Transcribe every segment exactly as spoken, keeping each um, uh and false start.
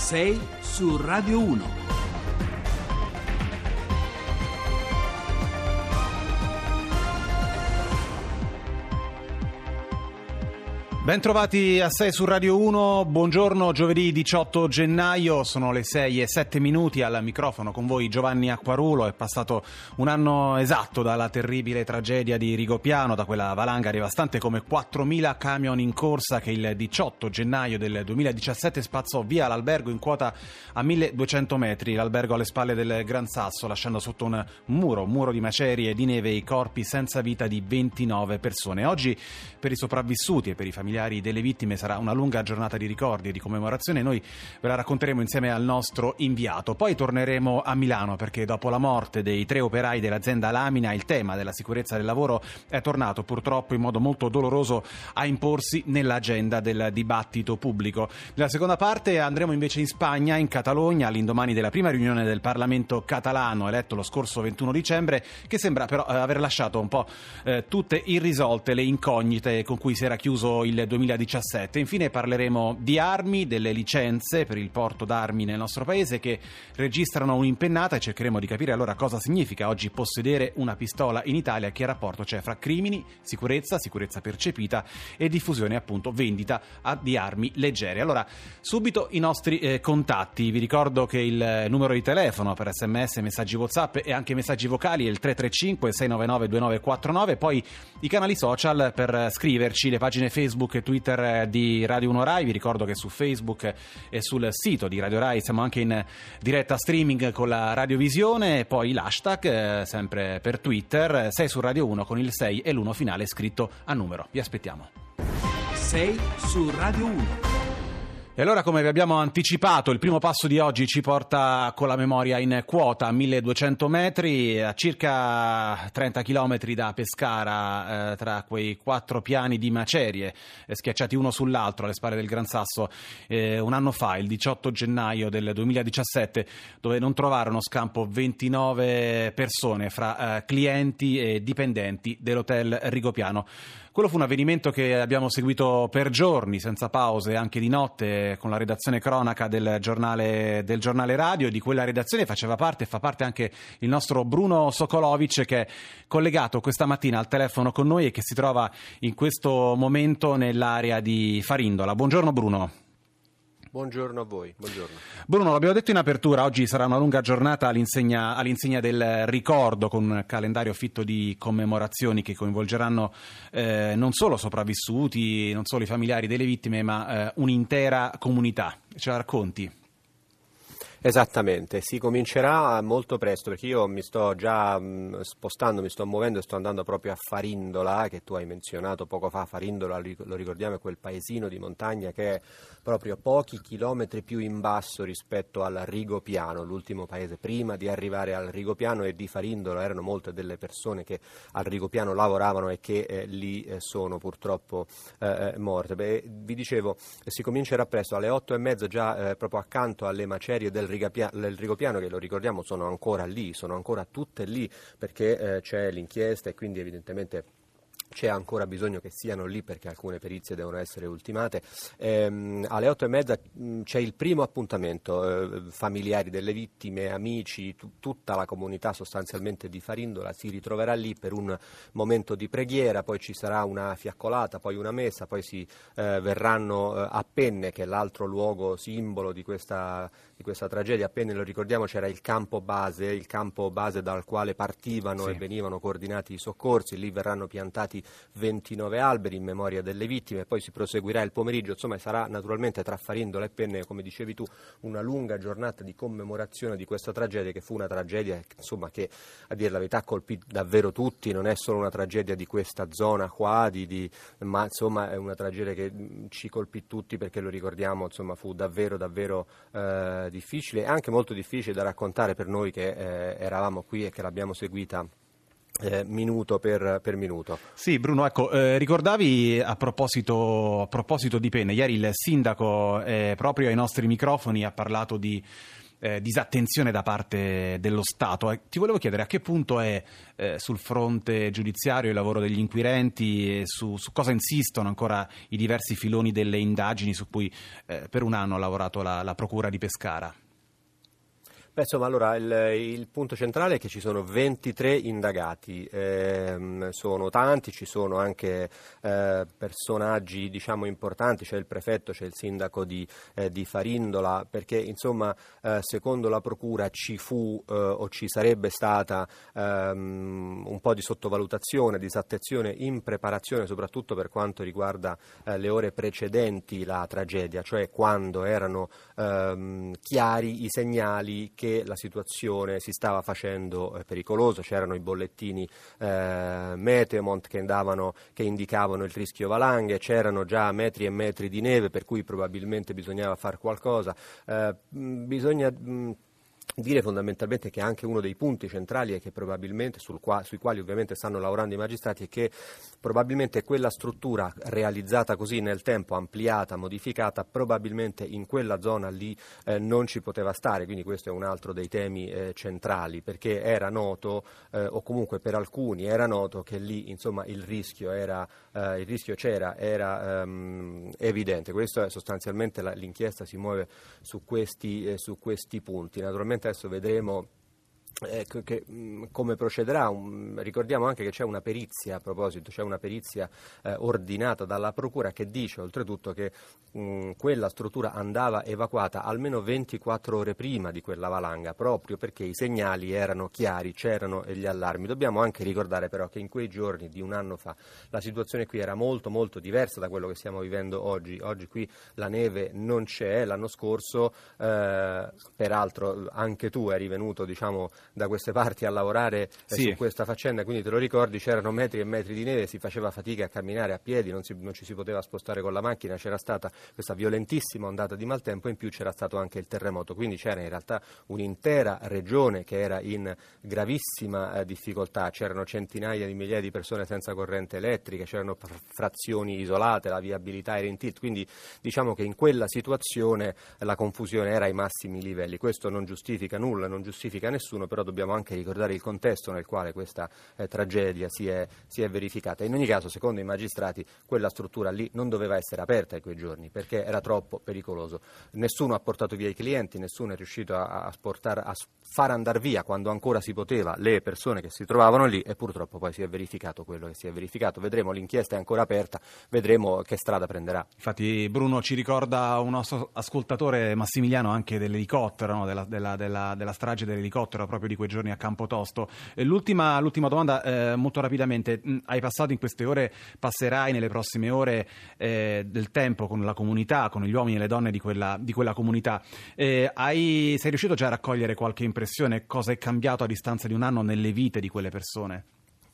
sei su Radio uno. Bentrovati a sei su Radio uno, buongiorno, giovedì diciotto gennaio, sono le sei e sette minuti, al microfono con voi Giovanni Acquarulo. È passato un anno esatto dalla terribile tragedia di Rigopiano, da quella valanga devastante come quattromila camion in corsa che il diciotto gennaio del duemiladiciassette spazzò via l'albergo in quota a milleduecento metri, l'albergo alle spalle del Gran Sasso, lasciando sotto un muro, un muro di macerie e di neve i corpi senza vita di ventinove persone. Oggi per i sopravvissuti e per i familiari delle vittime sarà una lunga giornata di ricordi e di commemorazione. Noi ve la racconteremo insieme al nostro inviato. Poi torneremo a Milano, perché dopo la morte dei tre operai dell'azienda Lamina il tema della sicurezza del lavoro è tornato purtroppo in modo molto doloroso a imporsi nell'agenda del dibattito pubblico. Nella seconda parte andremo invece in Spagna, in Catalogna, all'indomani della prima riunione del Parlamento catalano eletto lo scorso ventuno dicembre, che sembra però aver lasciato un po' eh, tutte irrisolte le incognite con cui si era chiuso il duemiladiciassette. Infine parleremo di armi, delle licenze per il porto d'armi nel nostro paese che registrano un'impennata, e cercheremo di capire allora cosa significa oggi possedere una pistola in Italia, che rapporto c'è fra crimini, sicurezza, sicurezza percepita e diffusione, appunto, vendita di armi leggere. Allora, subito i nostri eh, contatti. Vi ricordo che il numero di telefono per sms, messaggi WhatsApp e anche messaggi vocali è il tre tre cinque sei nove nove due nove quattro nove, poi i canali social per scriverci, le pagine Facebook e Twitter di Radio uno Rai. Vi ricordo che su Facebook e sul sito di Radio Rai siamo anche in diretta streaming con la radiovisione, e poi l'hashtag eh, sempre per Twitter sei su Radio uno con il sei e l'uno finale scritto a numero. Vi aspettiamo. sei su Radio uno. E allora, come vi abbiamo anticipato, il primo passo di oggi ci porta con la memoria in quota a milleduecento metri, a circa trenta chilometri da Pescara, eh, tra quei quattro piani di macerie eh, schiacciati uno sull'altro alle spalle del Gran Sasso, eh, un anno fa, il diciotto gennaio del duemiladiciassette, dove non trovarono scampo ventinove persone fra eh, clienti e dipendenti dell'hotel Rigopiano. Quello fu un avvenimento che abbiamo seguito per giorni, senza pause, anche di notte, con la redazione cronaca del giornale, del giornale radio. Di quella redazione faceva parte e fa parte anche il nostro Bruno Sokolovic, che è collegato questa mattina al telefono con noi e che si trova in questo momento nell'area di Farindola. Buongiorno Bruno. Buongiorno a voi, buongiorno. Bruno, l'abbiamo detto in apertura, oggi sarà una lunga giornata all'insegna, all'insegna del ricordo, con un calendario fitto di commemorazioni che coinvolgeranno eh, non solo sopravvissuti, non solo i familiari delle vittime, ma eh, un'intera comunità. Ce la racconti? Esattamente, si comincerà molto presto, perché io mi sto già mh, spostando, mi sto muovendo e sto andando proprio a Farindola, che tu hai menzionato poco fa. Farindola, lo ricordiamo, è quel paesino di montagna che è proprio pochi chilometri più in basso rispetto al Rigopiano, l'ultimo paese prima di arrivare al Rigopiano. E di Farindola erano molte delle persone che al Rigopiano lavoravano e che eh, lì eh, sono purtroppo eh, morte. Beh, vi dicevo, si comincerà presto, alle otto e mezza, già eh, proprio accanto alle macerie del il Rigopiano, che lo ricordiamo sono ancora lì, sono ancora tutte lì, perché eh, c'è l'inchiesta e quindi evidentemente c'è ancora bisogno che siano lì, perché alcune perizie devono essere ultimate. Ehm, alle otto e mezza mh, c'è il primo appuntamento, eh, familiari delle vittime, amici, t- tutta la comunità sostanzialmente di Farindola si ritroverà lì per un momento di preghiera, poi ci sarà una fiaccolata, poi una messa, poi si eh, verranno eh, a Penne, che è l'altro luogo simbolo di questa, di questa tragedia. A Penne, lo ricordiamo, c'era il campo base, il campo base dal quale partivano sì. e venivano coordinati i soccorsi. Lì verranno piantati ventinove alberi in memoria delle vittime, poi si proseguirà il pomeriggio. Insomma, sarà naturalmente tra Farindola e Penne, come dicevi tu, una lunga giornata di commemorazione di questa tragedia, che fu una tragedia insomma che, a dire la verità, colpì davvero tutti. Non è solo una tragedia di questa zona qua, di, di, ma insomma è una tragedia che ci colpì tutti, perché lo ricordiamo, insomma fu davvero davvero eh, difficile, e anche molto difficile da raccontare per noi che eh, eravamo qui e che l'abbiamo seguita Eh, minuto per, per minuto. Sì, Bruno, ecco, eh, ricordavi a proposito, a proposito di Penne, ieri il sindaco eh, proprio ai nostri microfoni ha parlato di eh, disattenzione da parte dello Stato. Eh, ti volevo chiedere a che punto è eh, sul fronte giudiziario il lavoro degli inquirenti e su, su cosa insistono ancora i diversi filoni delle indagini su cui eh, per un anno ha lavorato la, la Procura di Pescara. Beh, insomma, allora il, il punto centrale è che ci sono ventitré indagati, ehm, sono tanti, ci sono anche eh, personaggi diciamo importanti, c'è il prefetto, c'è il sindaco di, eh, di Farindola, perché insomma eh, secondo la Procura ci fu eh, o ci sarebbe stata ehm, un po' di sottovalutazione, disattenzione in preparazione, soprattutto per quanto riguarda eh, le ore precedenti la tragedia, cioè quando erano ehm, chiari i segnali che che la situazione si stava facendo eh, pericolosa, c'erano i bollettini eh, Meteomont che, andavano, che indicavano il rischio valanghe, c'erano già metri e metri di neve per cui probabilmente bisognava fare qualcosa. Eh, bisogna mh, dire fondamentalmente che anche uno dei punti centrali è che probabilmente sul qua, sui quali ovviamente stanno lavorando i magistrati è che probabilmente quella struttura realizzata così nel tempo, ampliata, modificata, probabilmente in quella zona lì eh, non ci poteva stare, quindi questo è un altro dei temi eh, centrali, perché era noto eh, o comunque per alcuni era noto che lì insomma il rischio era eh, il rischio c'era, era ehm, evidente. Questo è sostanzialmente la, l'inchiesta si muove su questi eh, su questi punti. Naturalmente adesso vedremo Eh, che, mh, come procederà. Um, ricordiamo anche che c'è una perizia, a proposito, c'è una perizia eh, ordinata dalla Procura che dice oltretutto che mh, quella struttura andava evacuata almeno ventiquattro ore prima di quella valanga, proprio perché i segnali erano chiari, c'erano gli allarmi. Dobbiamo anche ricordare però che in quei giorni di un anno fa la situazione qui era molto molto diversa da quello che stiamo vivendo oggi. Oggi qui la neve non c'è, l'anno scorso eh, peraltro anche tu eri venuto diciamo da queste parti a lavorare eh, sì. su questa faccenda, quindi te lo ricordi, c'erano metri e metri di neve, si faceva fatica a camminare a piedi, non, si, non ci si poteva spostare con la macchina, c'era stata questa violentissima ondata di maltempo e in più c'era stato anche il terremoto, quindi c'era in realtà un'intera regione che era in gravissima eh, difficoltà, c'erano centinaia di migliaia di persone senza corrente elettrica, c'erano frazioni isolate, la viabilità era in tilt, quindi diciamo che in quella situazione la confusione era ai massimi livelli. Questo non giustifica nulla, non giustifica nessuno, però dobbiamo anche ricordare il contesto nel quale questa eh, tragedia si è, si è verificata. In ogni caso, secondo i magistrati, quella struttura lì non doveva essere aperta in quei giorni perché era troppo pericoloso. Nessuno ha portato via i clienti, nessuno è riuscito a, a, sportare, a far andare via quando ancora si poteva le persone che si trovavano lì e purtroppo poi si è verificato quello che si è verificato. Vedremo, l'inchiesta è ancora aperta, vedremo che strada prenderà. Infatti Bruno ci ricorda un nostro ascoltatore, Massimiliano, anche dell'elicottero, no? della, della, della, della strage dell'elicottero proprio di quei giorni a Campotosto. L'ultima, l'ultima domanda eh, molto rapidamente, hai passato in queste ore, passerai nelle prossime ore eh, del tempo con la comunità, con gli uomini e le donne di quella, di quella comunità, eh, hai, sei riuscito già a raccogliere qualche impressione? Cosa è cambiato a distanza di un anno nelle vite di quelle persone?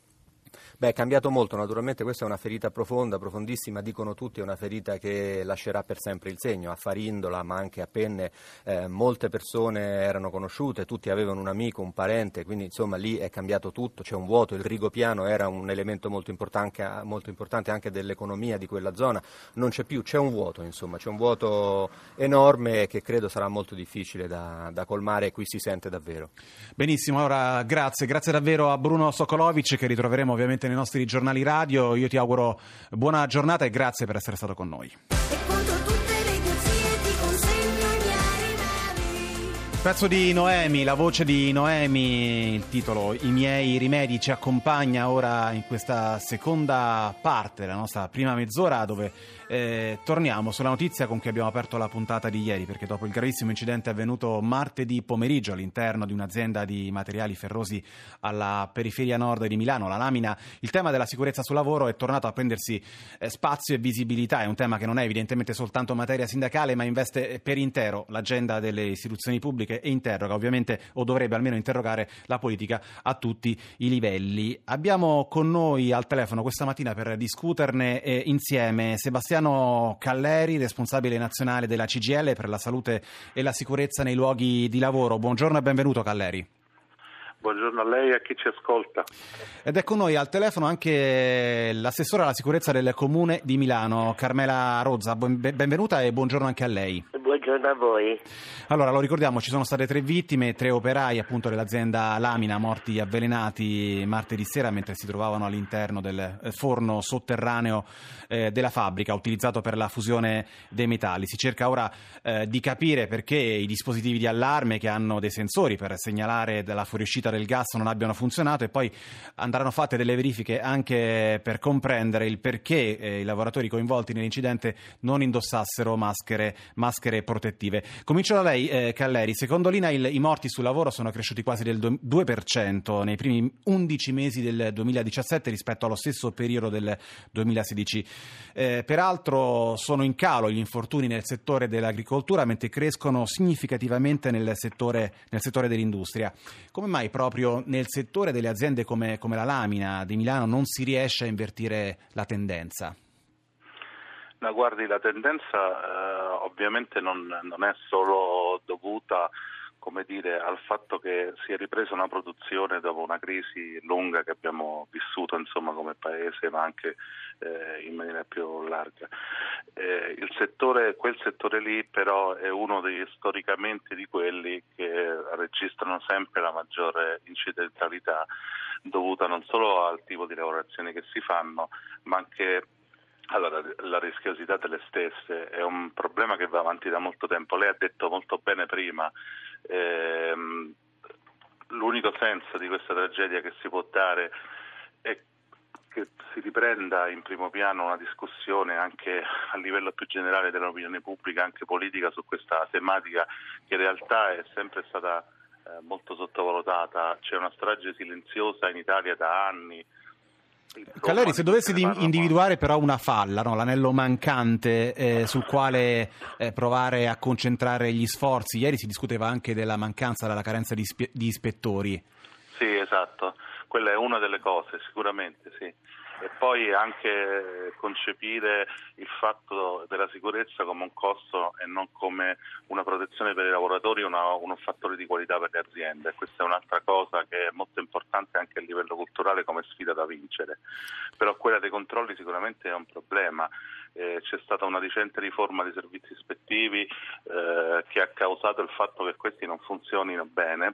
Beh, è cambiato molto, naturalmente questa è una ferita profonda, profondissima, dicono tutti, è una ferita che lascerà per sempre il segno. A Farindola, ma anche a Penne, eh, molte persone erano conosciute, tutti avevano un amico, un parente, quindi insomma lì è cambiato tutto, c'è un vuoto, il rigopiano era un elemento molto importante, molto importante anche dell'economia di quella zona, non c'è più, c'è un vuoto, insomma, c'è un vuoto enorme che credo sarà molto difficile da, da colmare e qui si sente davvero. Benissimo, allora grazie, grazie davvero a Bruno Sokolovic che ritroveremo ovviamente nei nostri giornali radio. Io ti auguro buona giornata e grazie per essere stato con noi. Pezzo di Noemi, la voce di Noemi, il titolo I miei rimedi ci accompagna ora in questa seconda parte della nostra prima mezz'ora dove eh, torniamo sulla notizia con cui abbiamo aperto la puntata di ieri, perché dopo il gravissimo incidente avvenuto martedì pomeriggio all'interno di un'azienda di materiali ferrosi alla periferia nord di Milano, la Lamina, il tema della sicurezza sul lavoro è tornato a prendersi eh, spazio e visibilità. È un tema che non è evidentemente soltanto materia sindacale ma investe per intero l'agenda delle istituzioni pubbliche e interroga ovviamente, o dovrebbe almeno interrogare, la politica a tutti i livelli. Abbiamo con noi al telefono questa mattina per discuterne eh, insieme Sebastiano Calleri, responsabile nazionale della C G I L per la salute e la sicurezza nei luoghi di lavoro. Buongiorno e benvenuto Calleri. Buongiorno a lei e a chi ci ascolta. Ed è con noi al telefono anche l'assessore alla sicurezza del Comune di Milano, Carmela Rozza. Benvenuta e buongiorno anche a lei. Buongiorno buongiorno a voi. Allora, lo ricordiamo, ci sono state tre vittime, tre operai appunto dell'azienda Lamina morti avvelenati martedì sera mentre si trovavano all'interno del forno sotterraneo eh, della fabbrica utilizzato per la fusione dei metalli. Si cerca ora eh, di capire perché i dispositivi di allarme che hanno dei sensori per segnalare della fuoriuscita del gas non abbiano funzionato, e poi andranno fatte delle verifiche anche per comprendere il perché eh, i lavoratori coinvolti nell'incidente non indossassero maschere, maschere protettive. Comincio da lei. Eh, Calleri, secondo l'I N A I L i morti sul lavoro sono cresciuti quasi del due per cento nei primi undici mesi del duemiladiciassette rispetto allo stesso periodo del duemilasedici. Eh, peraltro sono in calo gli infortuni nel settore dell'agricoltura, mentre crescono significativamente nel settore, nel settore dell'industria. Come mai proprio nel settore delle aziende come, come la Lamina di Milano non si riesce a invertire la tendenza? No, guardi, la tendenza eh, ovviamente non, non è solo dovuta, come dire, al fatto che si è ripresa una produzione dopo una crisi lunga che abbiamo vissuto, insomma, come paese, ma anche eh, in maniera più larga. Eh, il settore, quel settore lì però è uno degli storicamente di quelli che registrano sempre la maggiore incidentalità, dovuta non solo al tipo di lavorazioni che si fanno, ma anche Allora, la rischiosità delle stesse è un problema che va avanti da molto tempo. Lei ha detto molto bene prima, ehm, l'unico senso di questa tragedia che si può dare è che si riprenda in primo piano una discussione anche a livello più generale dell'opinione pubblica, anche politica, su questa tematica che in realtà è sempre stata eh, molto sottovalutata. C'è una strage silenziosa in Italia da anni. Calleri, se dovessi individuare però una falla, no? L'anello mancante eh, sul quale eh, provare a concentrare gli sforzi, ieri si discuteva anche della mancanza, della carenza di, ispe- di ispettori. Sì, esatto, quella è una delle cose, sicuramente sì. E poi anche concepire il fatto della sicurezza come un costo e non come una protezione per i lavoratori, una, uno fattore di qualità per le aziende. Questa è un'altra cosa che è molto importante anche a livello culturale come sfida da vincere. Però quella dei controlli sicuramente è un problema. Eh, c'è stata una recente riforma dei servizi ispettivi eh, che ha causato il fatto che questi non funzionino bene.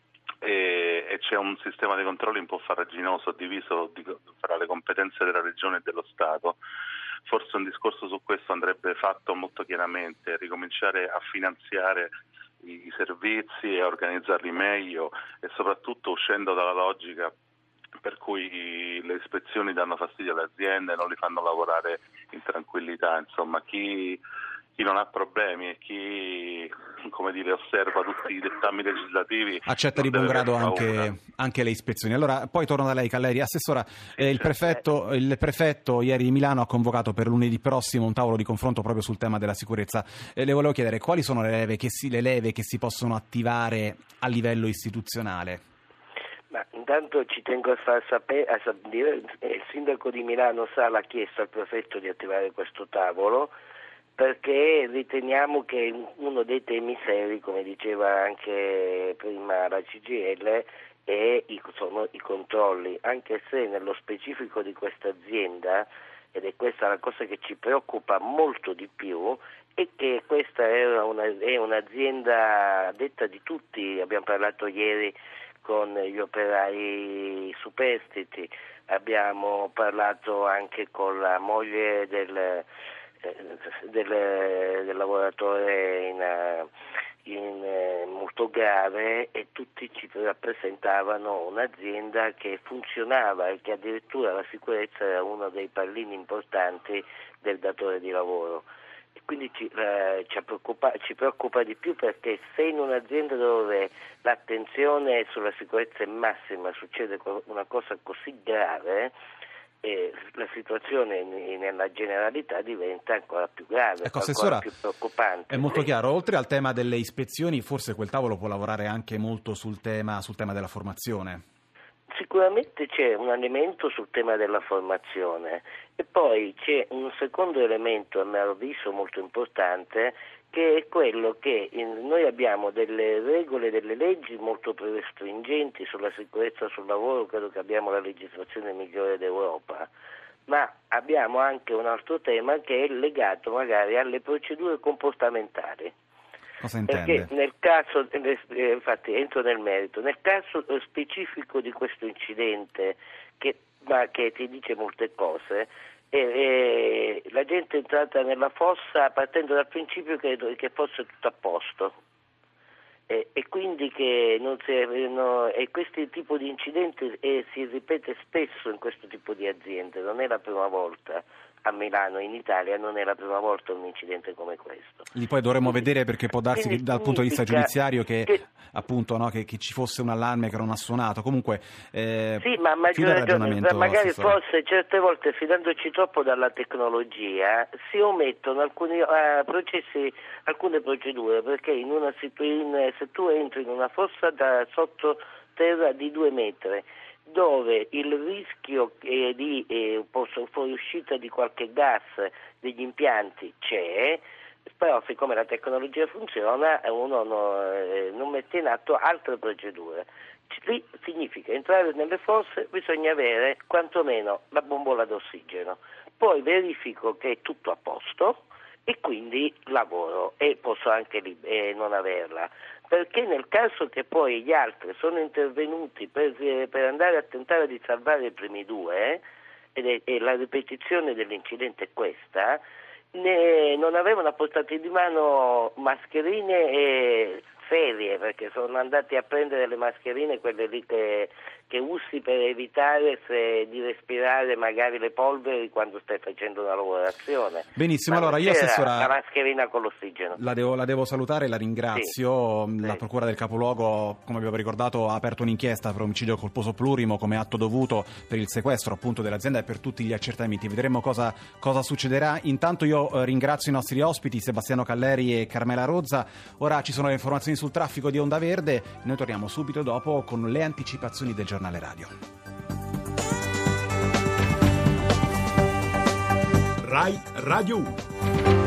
E, e c'è un sistema di controlli un po' farraginoso, diviso di, tra le competenze della Regione e dello Stato. Forse un discorso su questo andrebbe fatto molto chiaramente, ricominciare a finanziare i, i servizi e a organizzarli meglio, e soprattutto uscendo dalla logica per cui le ispezioni danno fastidio alle aziende e non li fanno lavorare in tranquillità. Insomma, chi chi non ha problemi e chi, come dire, osserva tutti i dettami legislativi accetta di buon grado anche, anche le ispezioni. Allora, poi torno da lei, Calleri. Assessora, eh, il, prefetto, il prefetto ieri di Milano ha convocato per lunedì prossimo un tavolo di confronto proprio sul tema della sicurezza. Eh, le volevo chiedere quali sono le leve che si, le leve che si possono attivare a livello istituzionale? Ma intanto ci tengo a far sapere, a dire, il sindaco di Milano Sala ha chiesto al prefetto di attivare questo tavolo, perché riteniamo che uno dei temi seri, come diceva anche prima la C G I L, è i, sono i controlli, anche se nello specifico di questa azienda, ed è questa la cosa che ci preoccupa molto di più, è che questa è, una, è un'azienda detta di tutti. Abbiamo parlato ieri con gli operai superstiti, abbiamo parlato anche con la moglie del Del, del lavoratore in, in molto grave, e tutti ci rappresentavano un'azienda che funzionava e che addirittura la sicurezza era uno dei pallini importanti del datore di lavoro. E quindi ci, eh, ci, preoccupa, ci preoccupa di più, perché se in un'azienda dove l'attenzione sulla sicurezza è massima succede una cosa così grave, e la situazione nella generalità diventa ancora più grave, ecco, ancora Assessora, più preoccupante. È molto sì. chiaro. Oltre al tema delle ispezioni, forse quel tavolo può lavorare anche molto sul tema, sul tema della formazione. Sicuramente c'è un elemento sul tema della formazione, e poi c'è un secondo elemento, a mio avviso molto importante, che è quello che in, noi abbiamo delle regole, delle leggi molto restringenti sulla sicurezza sul lavoro. Credo che abbiamo la legislazione migliore d'Europa, ma abbiamo anche un altro tema che è legato magari alle procedure comportamentali. Cosa intende? Perché nel caso, eh, infatti entro nel merito, nel caso specifico di questo incidente, che, ma che ti dice molte cose, eh, eh, la gente è entrata nella fossa partendo dal principio che, che fosse tutto a posto. E, e quindi che non si, no, e questo tipo di incidente eh, si ripete spesso in questo tipo di aziende, non è la prima volta a Milano, in Italia non è la prima volta un incidente come questo. Lì poi dovremmo quindi, vedere, perché può darsi che dal punto di vista giudiziario che, che appunto no, che, che ci fosse un allarme che non ha suonato. Comunque eh, sì, ma a maggior ragione, magari assessore. Forse certe volte, fidandoci troppo dalla tecnologia, si omettono alcuni uh, processi, alcune procedure, perché in una situ- in, se tu entri in una fossa da sottoterra di due metri, dove il rischio eh, di eh, fuoriuscita di qualche gas degli impianti c'è, però siccome la tecnologia funziona uno no, eh, non mette in atto altre procedure. Lì significa entrare nelle fosse, bisogna avere quantomeno la bombola d'ossigeno, poi verifico che è tutto a posto e quindi lavoro e posso anche li- eh, non averla. Perché nel caso che poi gli altri sono intervenuti per, per andare a tentare di salvare i primi due, ed è, e la ripetizione dell'incidente è questa, ne, non avevano portato di mano mascherine e serie, perché sono andati a prendere le mascherine, quelle lì che, che usi per evitare se, di respirare magari le polveri quando stai facendo una lavorazione. Benissimo, ma allora io assessora la mascherina con l'ossigeno. La devo, la devo salutare, la ringrazio. Sì, la sì. Procura del Capoluogo, come abbiamo ricordato, ha aperto un'inchiesta per omicidio colposo plurimo come atto dovuto per il sequestro appunto dell'azienda e per tutti gli accertamenti. Vedremo cosa, cosa succederà. Intanto io eh, ringrazio i nostri ospiti Sebastiano Calleri e Carmela Rozza. Ora ci sono le informazioni sul traffico di Onda Verde. Noi torniamo subito dopo con le anticipazioni del giornale radio. Rai Radio uno.